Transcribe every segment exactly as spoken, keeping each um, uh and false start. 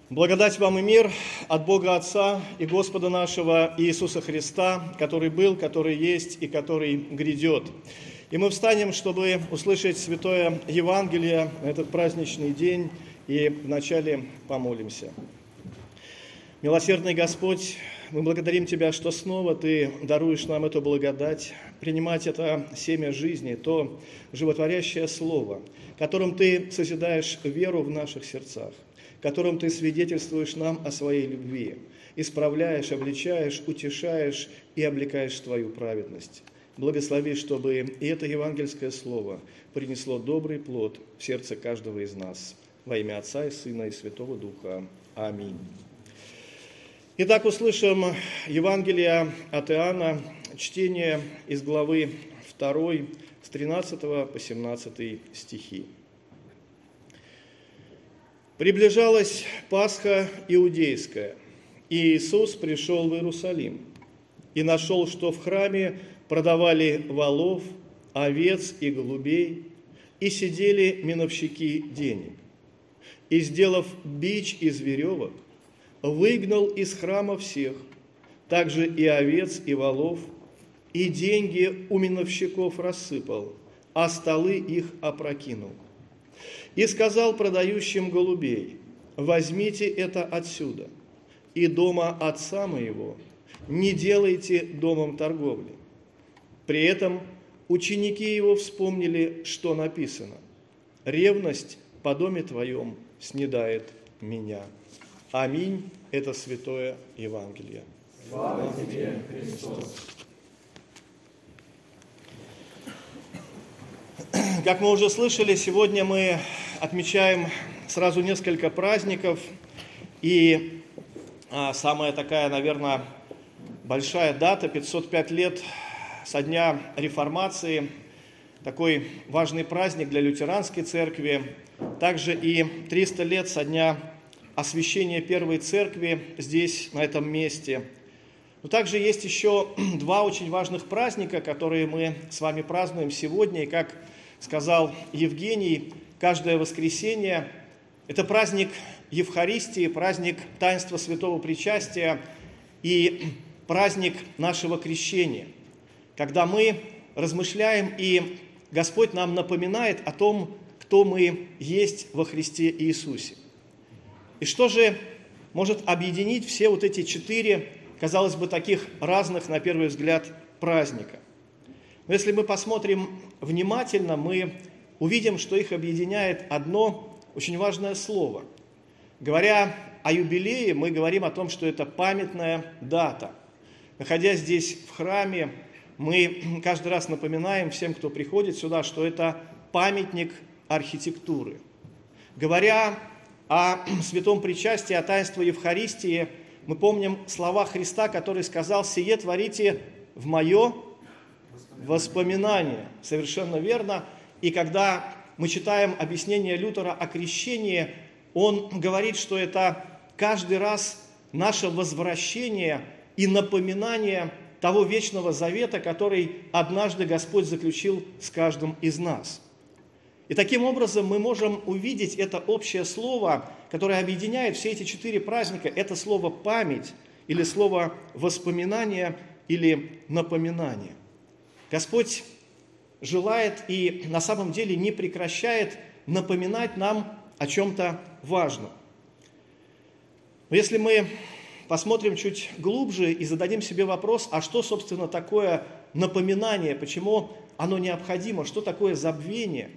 Благодать вам и мир от Бога Отца и Господа нашего Иисуса Христа, который был, который есть и который грядет. И мы встанем, чтобы услышать Святое Евангелие на этот праздничный день, и вначале помолимся. Милосердный Господь, мы благодарим Тебя, что снова Ты даруешь нам эту благодать, принимать это семя жизни, то животворящее Слово, которым Ты созидаешь веру в наших сердцах, которым Ты свидетельствуешь нам о Своей любви, исправляешь, обличаешь, утешаешь и облекаешь в Твою праведность. Благослови, чтобы и это евангельское слово принесло добрый плод в сердце каждого из нас. Во имя Отца и Сына и Святого Духа. Аминь. Итак, услышим Евангелие от Иоанна, чтение из главы второй, с тринадцатого по семнадцатый стихи. Приближалась Пасха иудейская, и Иисус пришел в Иерусалим и нашел, что в храме продавали волов, овец и голубей, и сидели миновщики денег. И, сделав бич из веревок, выгнал из храма всех, также и овец, и волов, и деньги у миновщиков рассыпал, а столы их опрокинул. И сказал продающим голубей: возьмите это отсюда, и дома отца моего не делайте домом торговли. При этом ученики его вспомнили, что написано: ревность по доме твоем снедает меня. Аминь. Это святое Евангелие. Слава тебе, Христос. Как мы уже слышали, сегодня мы отмечаем сразу несколько праздников. И а, самая такая, наверное, большая дата, пятьсот пять лет со дня Реформации, такой важный праздник для лютеранской церкви. Также и триста лет со дня освящения Первой Церкви здесь, на этом месте. Но также есть еще два очень важных праздника, которые мы с вами празднуем сегодня. И как сказал Евгений, каждое воскресенье – это праздник Евхаристии, праздник таинства Святого Причастия и праздник нашего крещения, когда мы размышляем, и Господь нам напоминает о том, кто мы есть во Христе Иисусе. И что же может объединить все вот эти четыре, казалось бы, таких разных, на первый взгляд, праздника? Но если мы посмотрим внимательно, мы увидим, что их объединяет одно очень важное слово. Говоря о юбилее, мы говорим о том, что это памятная дата. Находясь здесь в храме, мы каждый раз напоминаем всем, кто приходит сюда, что это памятник архитектуры. Говоря о святом причастии, о таинстве Евхаристии, мы помним слова Христа, который сказал: «Сие творите в мое воспоминание». Совершенно верно. И когда мы читаем объяснение Лютера о крещении, он говорит, что это каждый раз наше возвращение и напоминание того вечного завета, который однажды Господь заключил с каждым из нас. И таким образом мы можем увидеть это общее слово, которое объединяет все эти четыре праздника. Это слово «память» или слово «воспоминание» или «напоминание». Господь желает и на самом деле не прекращает напоминать нам о чем-то важном. Но если мы посмотрим чуть глубже и зададим себе вопрос, а что, собственно, такое напоминание, почему оно необходимо, что такое забвение?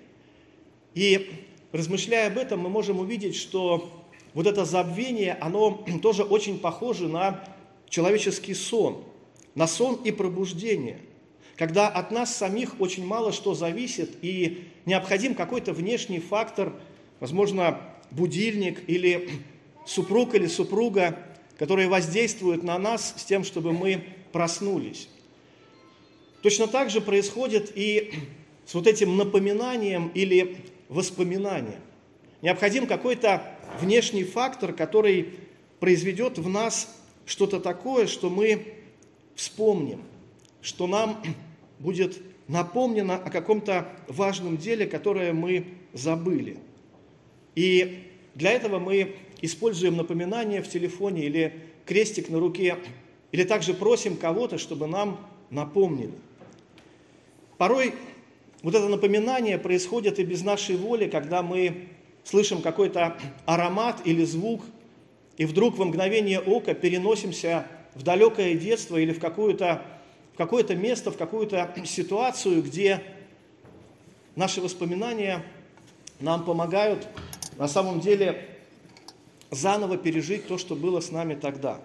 И размышляя об этом, мы можем увидеть, что вот это забвение, оно тоже очень похоже на человеческий сон, на сон и пробуждение, когда от нас самих очень мало что зависит, и необходим какой-то внешний фактор, возможно, будильник или супруг или супруга, которые воздействуют на нас с тем, чтобы мы проснулись. Точно так же происходит и с вот этим напоминанием или воспоминанием. Необходим какой-то внешний фактор, который произведет в нас что-то такое, что мы вспомним, что нам будет напомнено о каком-то важном деле, которое мы забыли. И для этого мы используем напоминание в телефоне или крестик на руке, или также просим кого-то, чтобы нам напомнили. Порой вот это напоминание происходит и без нашей воли, когда мы слышим какой-то аромат или звук, и вдруг во мгновение ока переносимся в далекое детство или в какое-то, в какое-то место, в какую-то ситуацию, где наши воспоминания нам помогают на самом деле заново пережить то, что было с нами тогда.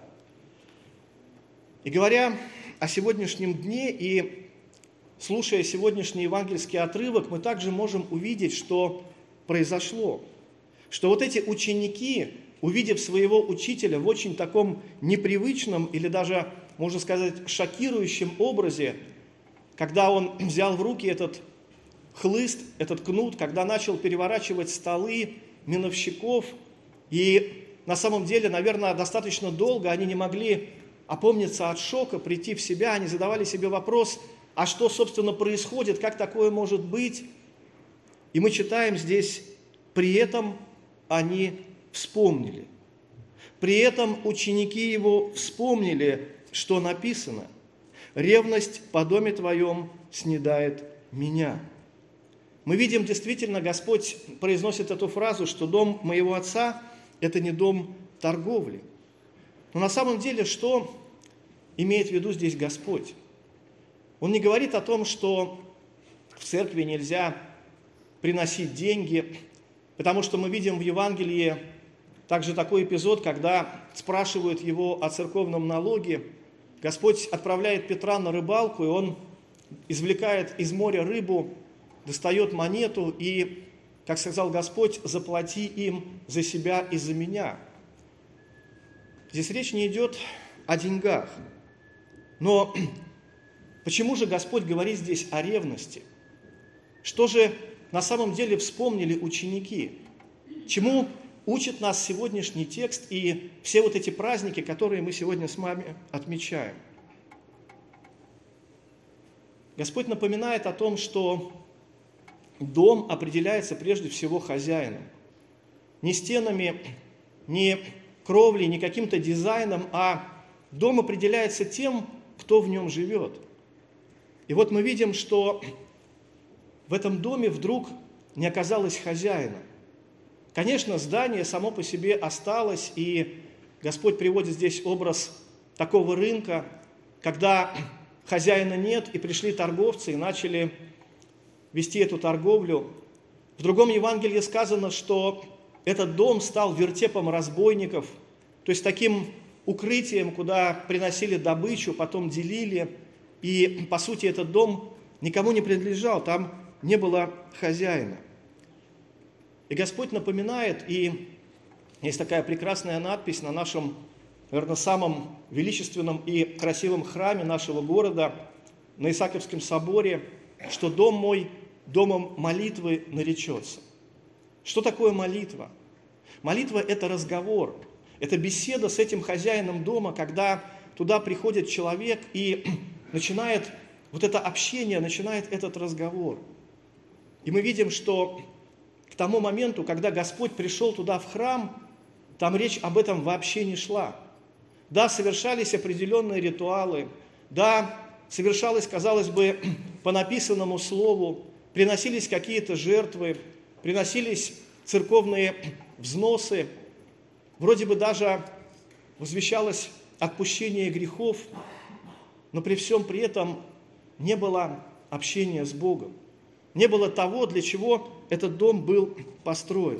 И говоря о сегодняшнем дне и слушая сегодняшний евангельский отрывок, мы также можем увидеть, что произошло. Что вот эти ученики, увидев своего учителя в очень таком непривычном или даже, можно сказать, шокирующем образе, когда он взял в руки этот хлыст, этот кнут, когда начал переворачивать столы миновщиков, и на самом деле, наверное, достаточно долго они не могли опомниться от шока, прийти в себя, они задавали себе вопрос, а что, собственно, происходит, как такое может быть? И мы читаем здесь, при этом они вспомнили. При этом ученики его вспомнили, что написано: «Ревность по доме твоем снедает меня». Мы видим, действительно, Господь произносит эту фразу, что дом моего отца – это не дом торговли. Но на самом деле, что имеет в виду здесь Господь? Он не говорит о том, что в церкви нельзя приносить деньги, потому что мы видим в Евангелии также такой эпизод, когда спрашивают его о церковном налоге. Господь отправляет Петра на рыбалку, и он извлекает из моря рыбу, достает монету и, как сказал Господь, заплати им за себя и за меня. Здесь речь не идет о деньгах. Но почему же Господь говорит здесь о ревности? Что же на самом деле вспомнили ученики? Чему учит нас сегодняшний текст и все вот эти праздники, которые мы сегодня с вами отмечаем? Господь напоминает о том, что дом определяется прежде всего хозяином. Не стенами, не кровлей, не каким-то дизайном, а дом определяется тем, кто в нем живет. И вот мы видим, что в этом доме вдруг не оказалось хозяина. Конечно, здание само по себе осталось, и Господь приводит здесь образ такого рынка, когда хозяина нет, и пришли торговцы и начали вести эту торговлю. В другом Евангелии сказано, что этот дом стал вертепом разбойников, то есть таким укрытием, куда приносили добычу, потом делили. И, по сути, этот дом никому не принадлежал, там не было хозяина. И Господь напоминает, и есть такая прекрасная надпись на нашем, наверное, самом величественном и красивом храме нашего города, на Исаакиевском соборе, что «Дом мой домом молитвы наречется». Что такое молитва? Молитва – это разговор, это беседа с этим хозяином дома, когда туда приходит человек и начинает вот это общение, начинает этот разговор. И мы видим, что к тому моменту, когда Господь пришел туда в храм, там речь об этом вообще не шла. Да, совершались определенные ритуалы, да, совершалось, казалось бы, по написанному слову, приносились какие-то жертвы, приносились церковные взносы, вроде бы даже возвещалось отпущение грехов, но при всем при этом не было общения с Богом, не было того, для чего этот дом был построен.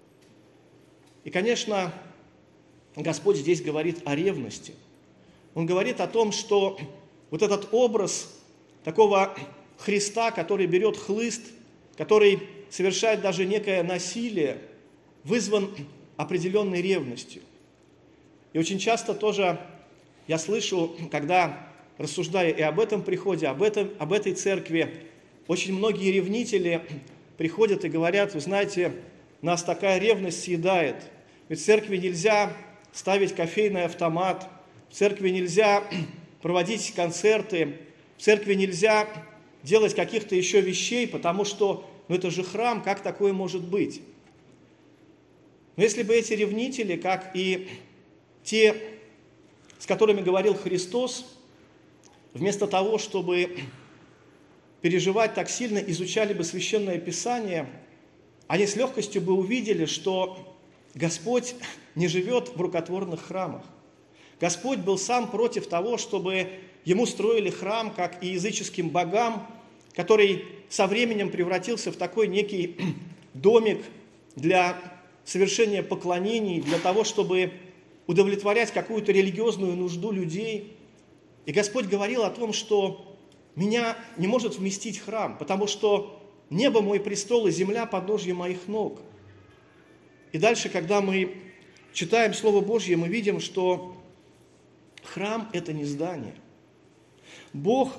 И, конечно, Господь здесь говорит о ревности. Он говорит о том, что вот этот образ такого Христа, который берет хлыст, который совершает даже некое насилие, вызван определенной ревностью. И очень часто тоже я слышу, когда рассуждая и об этом приходе, об, этом, об этой церкви, очень многие ревнители приходят и говорят: вы знаете, нас такая ревность съедает, ведь в церкви нельзя ставить кофейный автомат, в церкви нельзя проводить концерты, в церкви нельзя делать каких-то еще вещей, потому что ну это же храм, как такое может быть? Но если бы эти ревнители, как и те, с которыми говорил Христос, вместо того, чтобы переживать так сильно, изучали бы Священное Писание, они с легкостью бы увидели, что Господь не живет в рукотворных храмах. Господь был сам против того, чтобы Ему строили храм, как и языческим богам, который со временем превратился в такой некий домик для совершения поклонений, для того, чтобы удовлетворять какую-то религиозную нужду людей. И Господь говорил о том, что меня не может вместить храм, потому что небо мой престол и земля подножье моих ног. И дальше, когда мы читаем Слово Божье, мы видим, что храм – это не здание. Бог,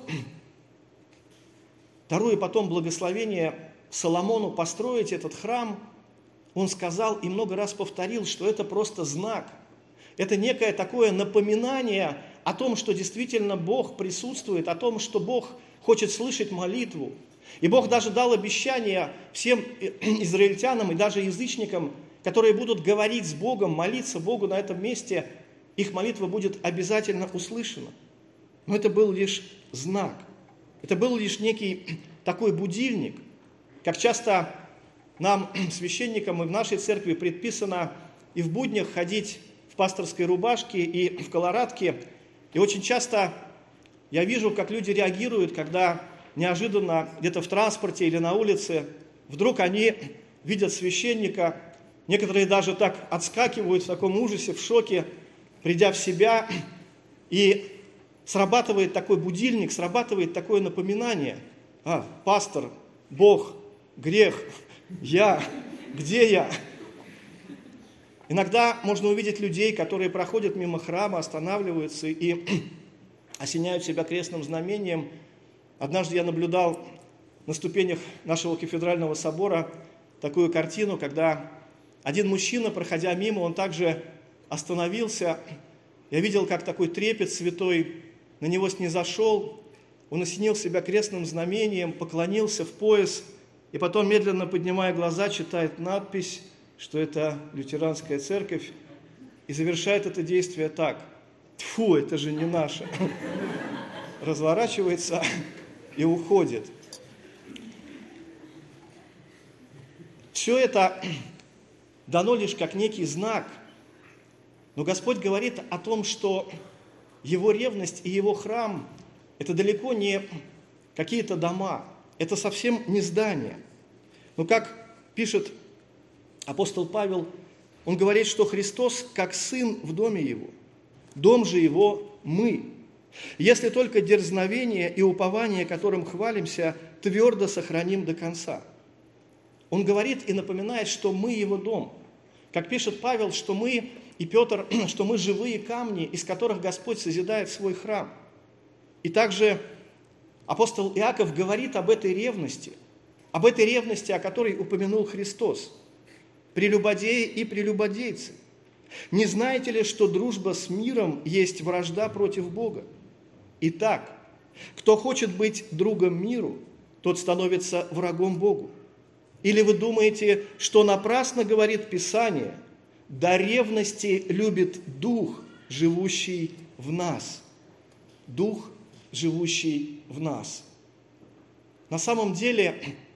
даруя потом благословение Соломону построить этот храм, он сказал и много раз повторил, что это просто знак. Это некое такое напоминание о том, что действительно Бог присутствует, о том, что Бог хочет слышать молитву. И Бог даже дал обещание всем израильтянам и даже язычникам, которые будут говорить с Богом, молиться Богу на этом месте, их молитва будет обязательно услышана. Но это был лишь знак. Это был лишь некий такой будильник. Как часто нам, священникам, и в нашей церкви предписано и в буднях ходить в пасторской рубашке и в колорадке. И очень часто я вижу, как люди реагируют, когда неожиданно где-то в транспорте или на улице вдруг они видят священника. Некоторые даже так отскакивают в таком ужасе, в шоке, придя в себя. И срабатывает такой будильник, срабатывает такое напоминание. А, пастор, Бог, грех, я, где я? Иногда можно увидеть людей, которые проходят мимо храма, останавливаются и осеняют себя крестным знамением. Однажды я наблюдал на ступенях нашего кафедрального собора такую картину, когда один мужчина, проходя мимо, он также остановился. Я видел, как такой трепет святой на него снизошел. Он осенил себя крестным знамением, поклонился в пояс, и потом, медленно поднимая глаза, читает надпись, что это лютеранская церковь, и завершает это действие так: «Тьфу, это же не наше!» Разворачивается и уходит. Все это дано лишь как некий знак, но Господь говорит о том, что Его ревность и Его храм – это далеко не какие-то дома, это совсем не здание. Но как пишет апостол Павел, он говорит, что Христос как Сын в доме Его, дом же Его мы. Если только дерзновение и упование, которым хвалимся, твердо сохраним до конца. Он говорит и напоминает, что мы Его дом. Как пишет Павел, что мы, и Петр, что мы живые камни, из которых Господь созидает свой храм. И также апостол Иаков говорит об этой ревности, об этой ревности, о которой упомянул Христос. Прелюбодеи и прелюбодейцы, не знаете ли, что дружба с миром есть вражда против Бога? Итак, кто хочет быть другом миру, тот становится врагом Богу. Или вы думаете, что напрасно говорит Писание: до ревности любит Дух, живущий в нас. Дух, живущий в нас. На самом деле,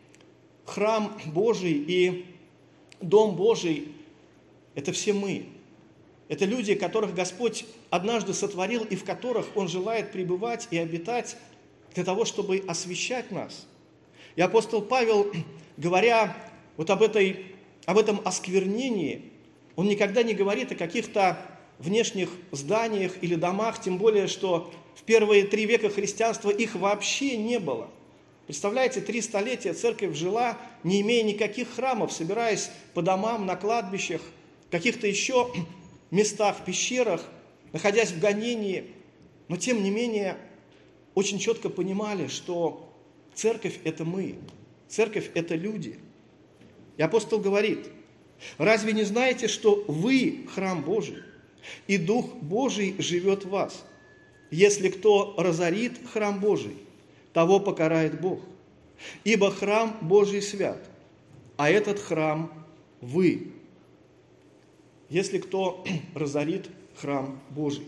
храм Божий и Дом Божий – это все мы. Это люди, которых Господь однажды сотворил и в которых Он желает пребывать и обитать для того, чтобы освящать нас. И апостол Павел, говоря вот об, этой, об этом осквернении, он никогда не говорит о каких-то внешних зданиях или домах, тем более, что в первые три века христианства их вообще не было. Представляете, три столетия церковь жила, не имея никаких храмов, собираясь по домам, на кладбищах, каких-то еще местах, в пещерах, находясь в гонении. Но тем не менее, очень четко понимали, что церковь – это мы, церковь – это люди. И апостол говорит: разве не знаете, что вы – храм Божий, и Дух Божий живет в вас? Если кто разорит храм Божий, того покарает Бог. Ибо храм Божий свят, а этот храм – вы. если кто разорит храм Божий.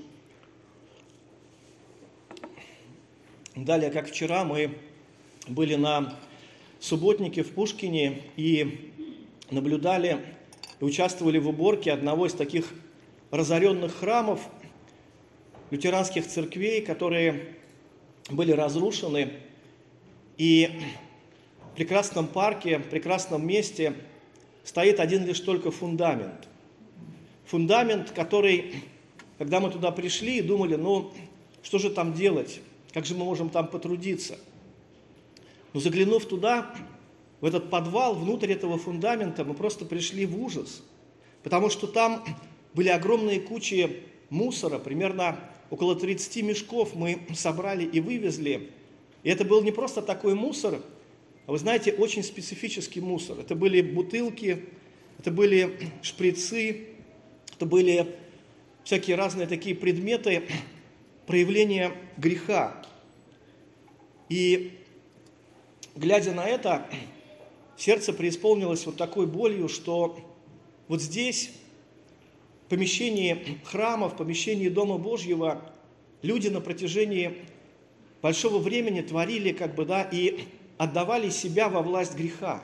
Далее, как вчера, мы были на субботнике в Пушкине и наблюдали и участвовали в уборке одного из таких разоренных храмов, лютеранских церквей, которые были разрушены. И в прекрасном парке, в прекрасном месте стоит один лишь только фундамент. Фундамент, который, когда мы туда пришли и думали, ну, что же там делать, как же мы можем там потрудиться. Но заглянув туда, в этот подвал, внутрь этого фундамента, мы просто пришли в ужас, потому что там были огромные кучи мусора, примерно около тридцати мешков мы собрали и вывезли. И это был не просто такой мусор, а вы знаете, очень специфический мусор. Это были бутылки, это были шприцы, это были всякие разные такие предметы проявления греха. И глядя на это, сердце преисполнилось вот такой болью, что вот здесь, в помещении храма, в помещении Дома Божьего, люди на протяжении большого времени творили, как бы, да, и отдавали себя во власть греха.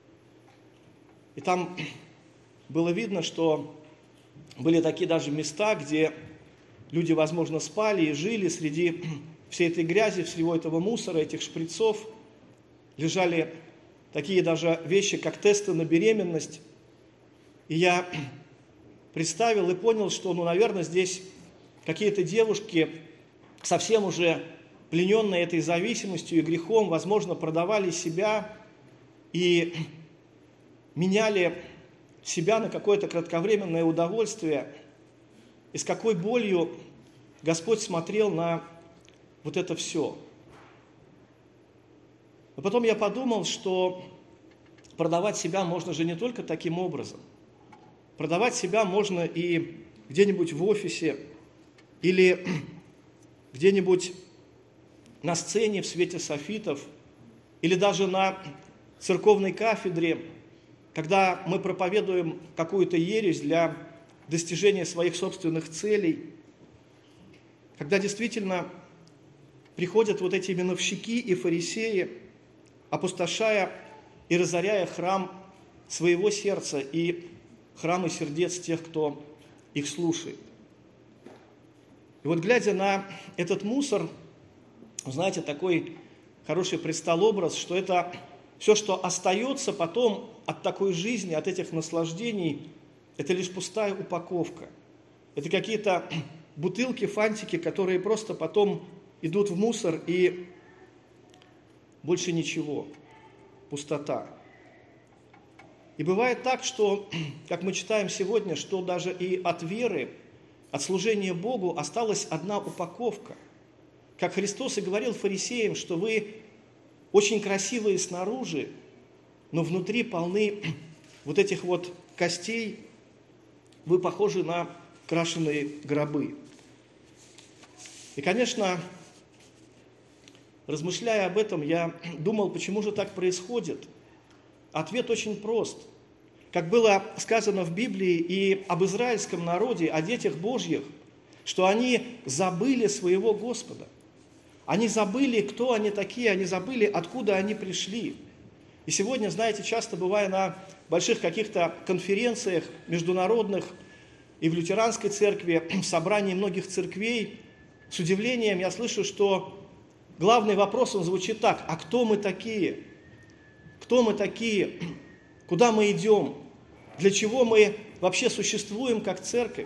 И там было видно, что были такие даже места, где люди, возможно, спали и жили среди всей этой грязи, всего этого мусора, этих шприцов. Лежали такие даже вещи, как тесты на беременность. И я представил и понял, что, ну, наверное, здесь какие-то девушки, совсем уже плененные этой зависимостью и грехом, возможно, продавали себя и меняли себя на какое-то кратковременное удовольствие. И с какой болью Господь смотрел на вот это все. Но потом я подумал, что продавать себя можно же не только таким образом. Продавать себя можно и где-нибудь в офисе, или где-нибудь на сцене в свете софитов, или даже на церковной кафедре, когда мы проповедуем какую-то ересь для достижения своих собственных целей, когда действительно приходят вот эти миновщики и фарисеи, опустошая и разоряя храм своего сердца и храмы сердец тех, кто их слушает. И вот глядя на этот мусор, знаете, такой хороший предстал-образ, что это все, что остается потом от такой жизни, от этих наслаждений, это лишь пустая упаковка. Это какие-то бутылки, фантики, которые просто потом идут в мусор, и больше ничего. Пустота. И бывает так, что, как мы читаем сегодня, что даже и от веры, от служения Богу осталась одна упаковка. Как Христос и говорил фарисеям, что вы очень красивые снаружи, но внутри полны вот этих вот костей, вы похожи на крашеные гробы. И, конечно, размышляя об этом, я думал, почему же так происходит. Ответ очень прост. Как было сказано в Библии и об израильском народе, о детях Божьих, что они забыли своего Господа. Они забыли, кто они такие, они забыли, откуда они пришли. И сегодня, знаете, часто бывая на больших каких-то конференциях международных и в лютеранской церкви, в собрании многих церквей, с удивлением я слышу, что главный вопрос, он звучит так: а кто мы такие? Кто мы такие? Куда мы идем? Для чего мы вообще существуем как церковь?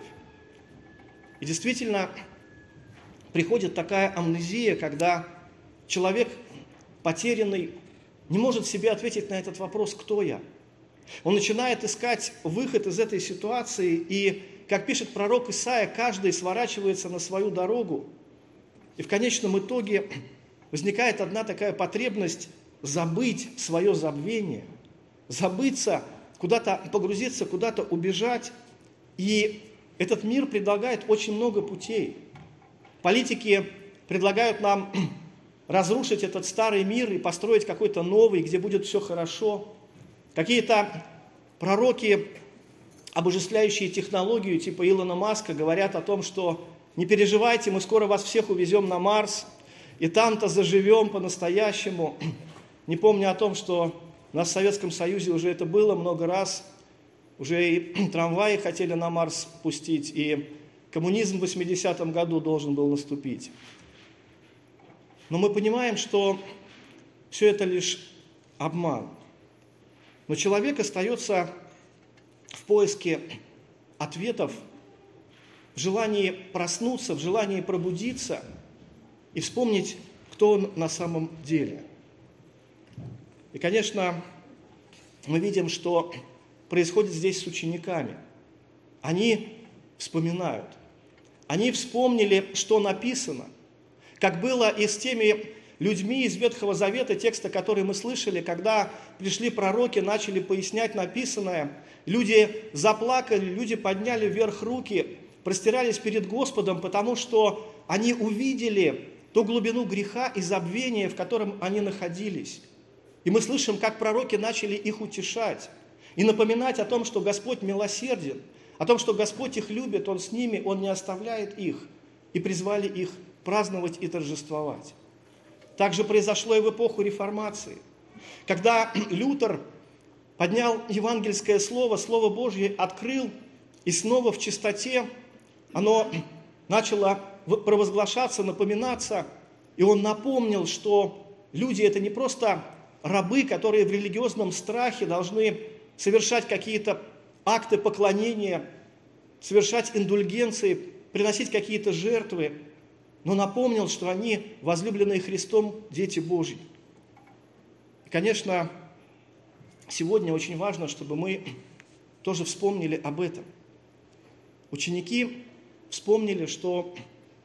И действительно, приходит такая амнезия, когда человек потерянный не может себе ответить на этот вопрос: кто я? Он начинает искать выход из этой ситуации, и, как пишет пророк Исаия, каждый сворачивается на свою дорогу. И в конечном итоге возникает одна такая потребность забыть свое забвение, забыться, куда-то погрузиться, куда-то убежать. И этот мир предлагает очень много путей. Политики предлагают нам разрушить этот старый мир и построить какой-то новый, где будет все хорошо. Какие-то пророки обожествляющие технологию типа Илона Маска говорят о том, что не переживайте, мы скоро вас всех увезем на Марс, и там-то заживем по-настоящему. Не помня о том, что у нас в Советском Союзе уже это было много раз, уже и трамваи хотели на Марс пустить, и коммунизм в восьмидесятом году должен был наступить. Но мы понимаем, что все это лишь обман. Но человек остается в поиске ответов, в желании проснуться, в желании пробудиться и вспомнить, кто он на самом деле. И, конечно, мы видим, что происходит здесь с учениками. Они вспоминают. Они вспомнили, что написано. Как было и с теми людьми из Ветхого Завета, текста, который мы слышали, когда пришли пророки, начали пояснять написанное, люди заплакали, люди подняли вверх руки, простирались перед Господом, потому что они увидели ту глубину греха и забвения, в котором они находились. И мы слышим, как пророки начали их утешать и напоминать о том, что Господь милосерден, о том, что Господь их любит, Он с ними, Он не оставляет их, и призвали их праздновать и торжествовать. Так же произошло и в эпоху Реформации, когда Лютер поднял евангельское слово, Слово Божье открыл, и снова в чистоте оно начало провозглашаться, напоминаться, и он напомнил, что люди – это не просто рабы, которые в религиозном страхе должны совершать какие-то акты поклонения, совершать индульгенции, приносить какие-то жертвы, но напомнил, что они возлюбленные Христом дети Божьи. И, конечно, сегодня очень важно, чтобы мы тоже вспомнили об этом. Ученики вспомнили, что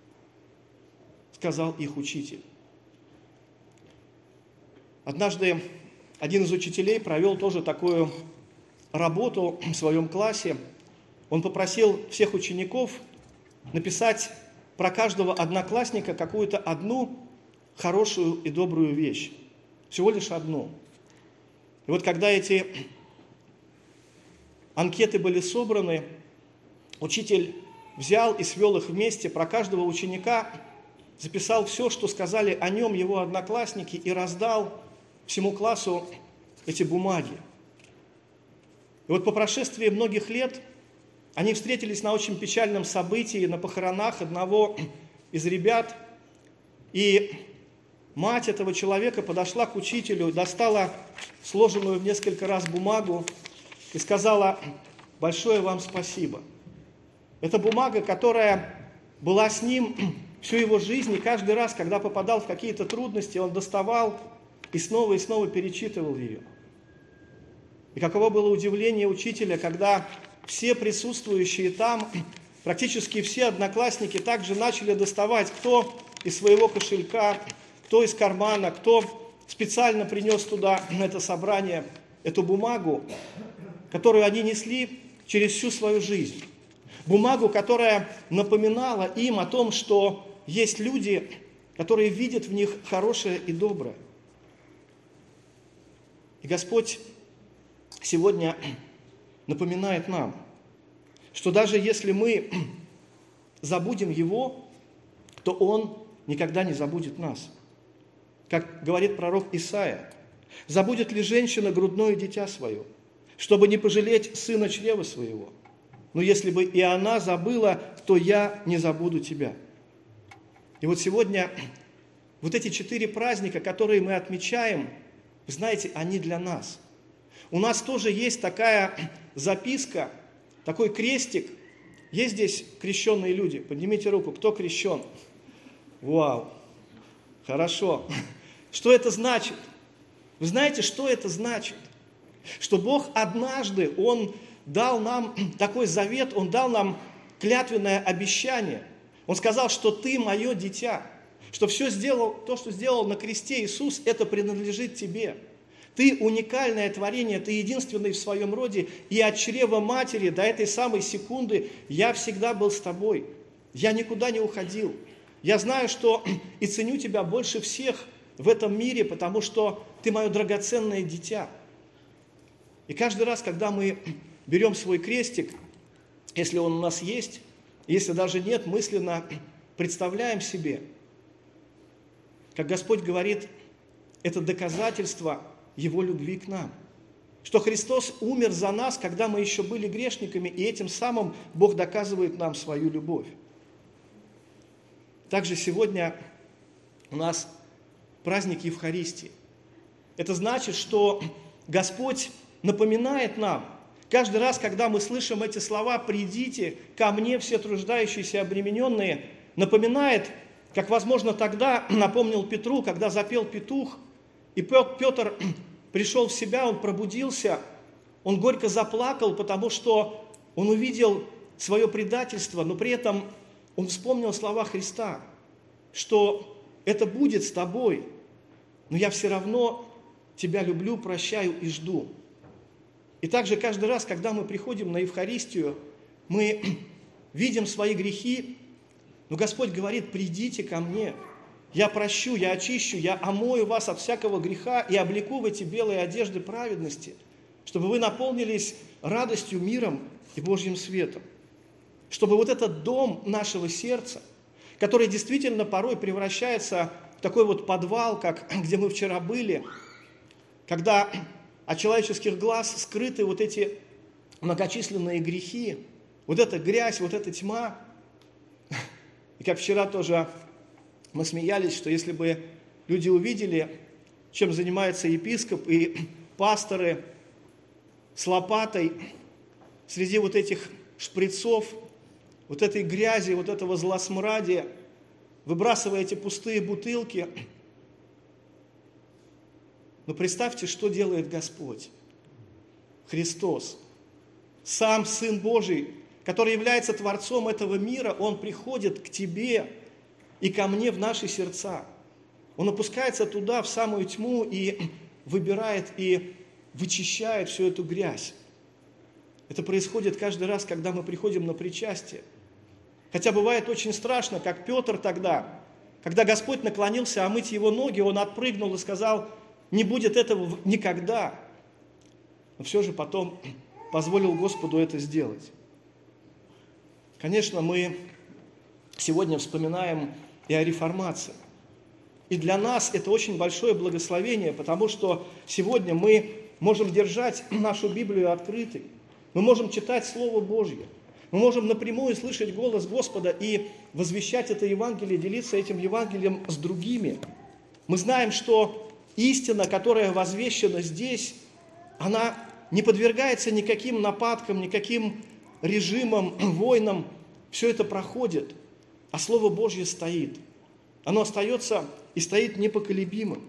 сказал их учитель. Однажды один из учителей провел тоже такую работу в своем классе. Он попросил всех учеников написать про каждого одноклассника какую-то одну хорошую и добрую вещь. Всего лишь одну. И вот когда эти анкеты были собраны, учитель взял и свел их вместе, про каждого ученика записал все, что сказали о нем его одноклассники, и раздал всему классу эти бумаги. И вот по прошествии многих лет они встретились на очень печальном событии, на похоронах одного из ребят, и мать этого человека подошла к учителю, достала сложенную в несколько раз бумагу и сказала: «Большое вам спасибо». Это бумага, которая была с ним всю его жизнь, и каждый раз, когда попадал в какие-то трудности, он доставал и снова и снова перечитывал ее. И каково было удивление учителя, когда все присутствующие там, практически все одноклассники также начали доставать, кто из своего кошелька, кто из кармана, кто специально принес туда, на это собрание, эту бумагу, которую они несли через всю свою жизнь. Бумагу, которая напоминала им о том, что есть люди, которые видят в них хорошее и доброе. И Господь сегодня напоминает нам, что даже если мы забудем Его, то Он никогда не забудет нас. Как говорит пророк Исаия: «Забудет ли женщина грудное дитя свое, чтобы не пожалеть сына чрева своего? Но если бы и она забыла, то я не забуду тебя». И вот сегодня вот эти четыре праздника, которые мы отмечаем, вы знаете, они для нас. У нас тоже есть такая записка, такой крестик. Есть здесь крещенные люди? Поднимите руку, кто крещен? Вау, хорошо. Что это значит? Вы знаете, что это значит? Что Бог однажды, Он дал нам такой завет, Он дал нам клятвенное обещание. Он сказал, что ты мое дитя, что все сделал, то, что сделал на кресте Иисус, это принадлежит тебе. Ты уникальное творение, ты единственный в своем роде, и от чрева матери до этой самой секунды я всегда был с тобой. Я никуда не уходил. Я знаю, что и ценю тебя больше всех в этом мире, потому что ты мое драгоценное дитя. И каждый раз, когда мы берем свой крестик, если он у нас есть, если даже нет, мысленно представляем себе, как Господь говорит, это доказательство Его любви к нам. Что Христос умер за нас, когда мы еще были грешниками, и этим самым Бог доказывает нам свою любовь. Также сегодня у нас праздник Евхаристии. Это значит, что Господь напоминает нам, каждый раз, когда мы слышим эти слова «придите ко мне, все труждающиеся и обремененные», напоминает, как, возможно, тогда напомнил Петру, когда запел петух, и Петр пришел в себя, он пробудился, он горько заплакал, потому что он увидел свое предательство, но при этом он вспомнил слова Христа, что это будет с тобой, но я все равно тебя люблю, прощаю и жду. И также каждый раз, когда мы приходим на Евхаристию, мы видим свои грехи, но Господь говорит, придите ко мне, я прощу, я очищу, я омою вас от всякого греха и облеку в эти белые одежды праведности, чтобы вы наполнились радостью, миром и Божьим светом. Чтобы вот этот дом нашего сердца, который действительно порой превращается в такой вот подвал, как где мы вчера были, когда от человеческих глаз скрыты вот эти многочисленные грехи, вот эта грязь, вот эта тьма. И как вчера тоже мы смеялись, что если бы люди увидели, чем занимается епископ и пасторы с лопатой среди вот этих шприцов, вот этой грязи, вот этого злосмрадия, выбрасывая эти пустые бутылки. Но представьте, что делает Господь, Христос, сам Сын Божий, который является Творцом этого мира, Он приходит к тебе и ко мне в наши сердца. Он опускается туда, в самую тьму, и выбирает и вычищает всю эту грязь. Это происходит каждый раз, когда мы приходим на причастие. Хотя бывает очень страшно, как Петр тогда, когда Господь наклонился омыть его ноги, он отпрыгнул и сказал, не будет этого никогда. Но все же потом позволил Господу это сделать. Конечно, мы сегодня вспоминаем и о реформации. И для нас это очень большое благословение, потому что сегодня мы можем держать нашу Библию открытой, мы можем читать Слово Божье, мы можем напрямую слышать голос Господа и возвещать это Евангелие, делиться этим Евангелием с другими. Мы знаем, что истина, которая возвещена здесь, она не подвергается никаким нападкам, никаким режимам, войнам. Все это проходит, а Слово Божье стоит. Оно остается и стоит непоколебимым.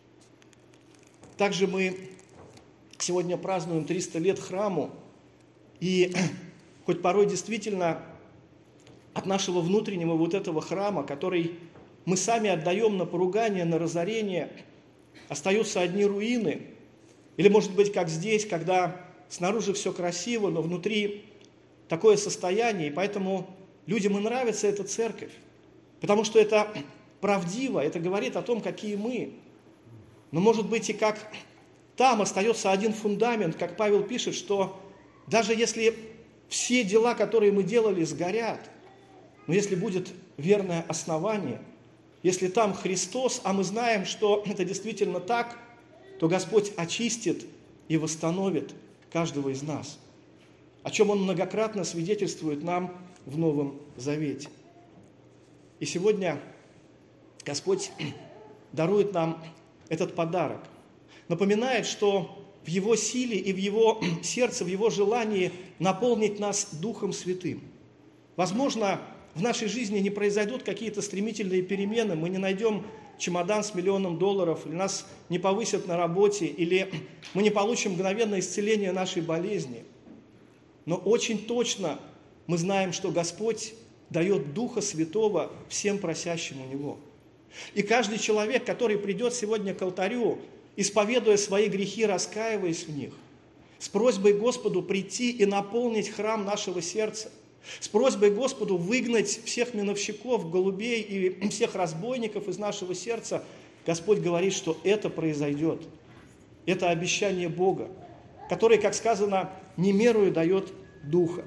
Также мы сегодня празднуем триста лет храму, и хоть порой действительно от нашего внутреннего вот этого храма, который мы сами отдаем на поругание, на разорение, остаются одни руины, или, может быть, как здесь, когда снаружи все красиво, но внутри такое состояние, и поэтому людям и нравится эта церковь, потому что это правдиво, это говорит о том, какие мы. Но, может быть, и как там остается один фундамент, как Павел пишет, что даже если все дела, которые мы делали, сгорят, но если будет верное основание, если там Христос, а мы знаем, что это действительно так, то Господь очистит и восстановит каждого из нас, о чем Он многократно свидетельствует нам в Новом Завете. И сегодня Господь дарует нам этот подарок, напоминает, что в Его силе и в Его сердце, в Его желании наполнить нас Духом Святым. Возможно, в нашей жизни не произойдут какие-то стремительные перемены, мы не найдем чемодан с миллионом долларов, или нас не повысят на работе, или мы не получим мгновенное исцеление нашей болезни. Но очень точно мы знаем, что Господь дает Духа Святого всем просящим у Него. И каждый человек, который придет сегодня к алтарю, исповедуя свои грехи, раскаиваясь в них, с просьбой Господу прийти и наполнить храм нашего сердца, с просьбой Господу выгнать всех миновщиков, голубей и всех разбойников из нашего сердца, Господь говорит, что это произойдет. Это обещание Бога. который, как сказано, не мерою дает духа.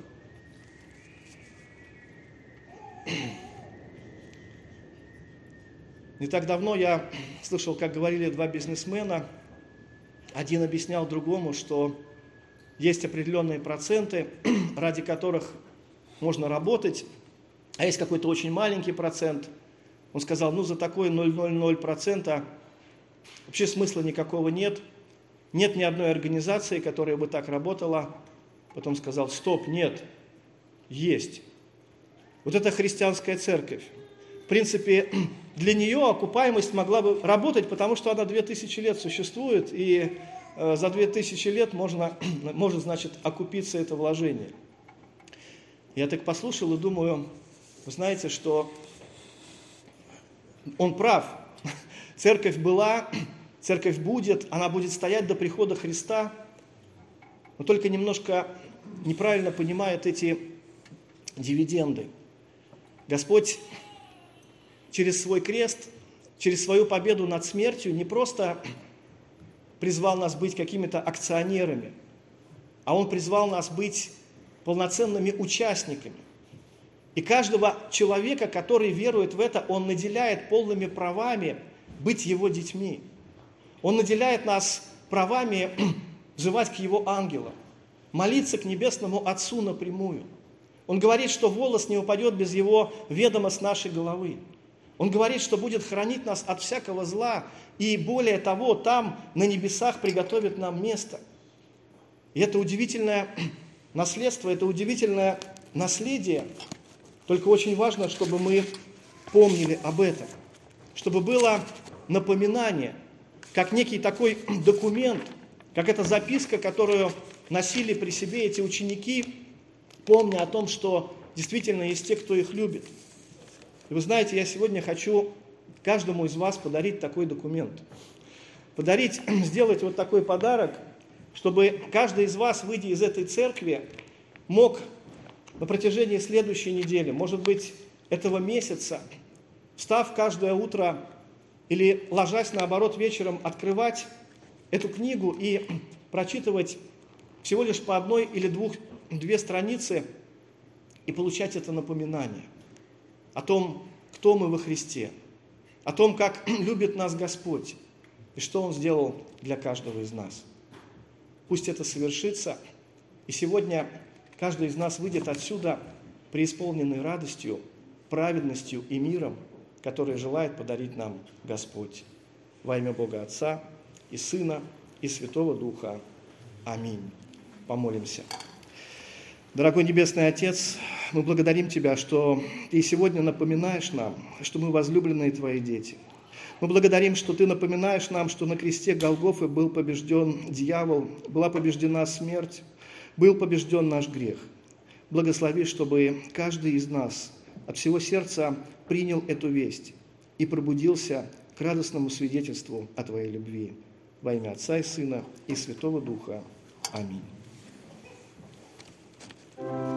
Не так давно я слышал, как говорили два бизнесмена. Один объяснял другому, что есть определенные проценты, ради которых можно работать, а есть какой-то очень маленький процент. Он сказал, ну за такой ноль целых ноль ноль процента вообще смысла никакого нет. Нет ни одной организации, которая бы так работала. Потом сказал, стоп, нет, есть. Вот это христианская церковь. В принципе, для нее окупаемость могла бы работать, потому что она две тысячи лет существует, и за две тысячи лет можно, может, значит, окупиться это вложение. Я так послушал и думаю, вы знаете, что он прав. Церковь была, церковь будет, она будет стоять до прихода Христа, но только немножко неправильно понимает эти дивиденды. Господь через свой крест, через свою победу над смертью не просто призвал нас быть какими-то акционерами, а Он призвал нас быть полноценными участниками. И каждого человека, который верует в это, Он наделяет полными правами быть Его детьми. Он наделяет нас правами взывать к Его ангелам, молиться к Небесному Отцу напрямую. Он говорит, что волос не упадет без Его ведома с нашей головы. Он говорит, что будет хранить нас от всякого зла, и более того, там, на небесах, приготовит нам место. И это удивительное наследство, это удивительное наследие. Только очень важно, чтобы мы помнили об этом, чтобы было напоминание, как некий такой документ, как эта записка, которую носили при себе эти ученики, помня о том, что действительно есть те, кто их любит. И вы знаете, я сегодня хочу каждому из вас подарить такой документ. Подарить, сделать вот такой подарок, чтобы каждый из вас, выйдя из этой церкви, мог на протяжении следующей недели, может быть, этого месяца, встав каждое утро или ложась наоборот вечером, открывать эту книгу и прочитывать всего лишь по одной или двух, две страницы и получать это напоминание о том, кто мы во Христе, о том, как любит нас Господь и что Он сделал для каждого из нас. Пусть это совершится, и сегодня каждый из нас выйдет отсюда преисполненной радостью, праведностью и миром, который желает подарить нам Господь. Во имя Бога Отца и Сына и Святого Духа. Аминь. Помолимся. Дорогой Небесный Отец, мы благодарим Тебя, что Ты сегодня напоминаешь нам, что мы возлюбленные Твои дети. Мы благодарим, что Ты напоминаешь нам, что на кресте Голгофы был побежден дьявол, была побеждена смерть, был побежден наш грех. Благослови, чтобы каждый из нас от всего сердца принял эту весть и пробудился к радостному свидетельству о Твоей любви. Во имя Отца и Сына и Святого Духа. Аминь.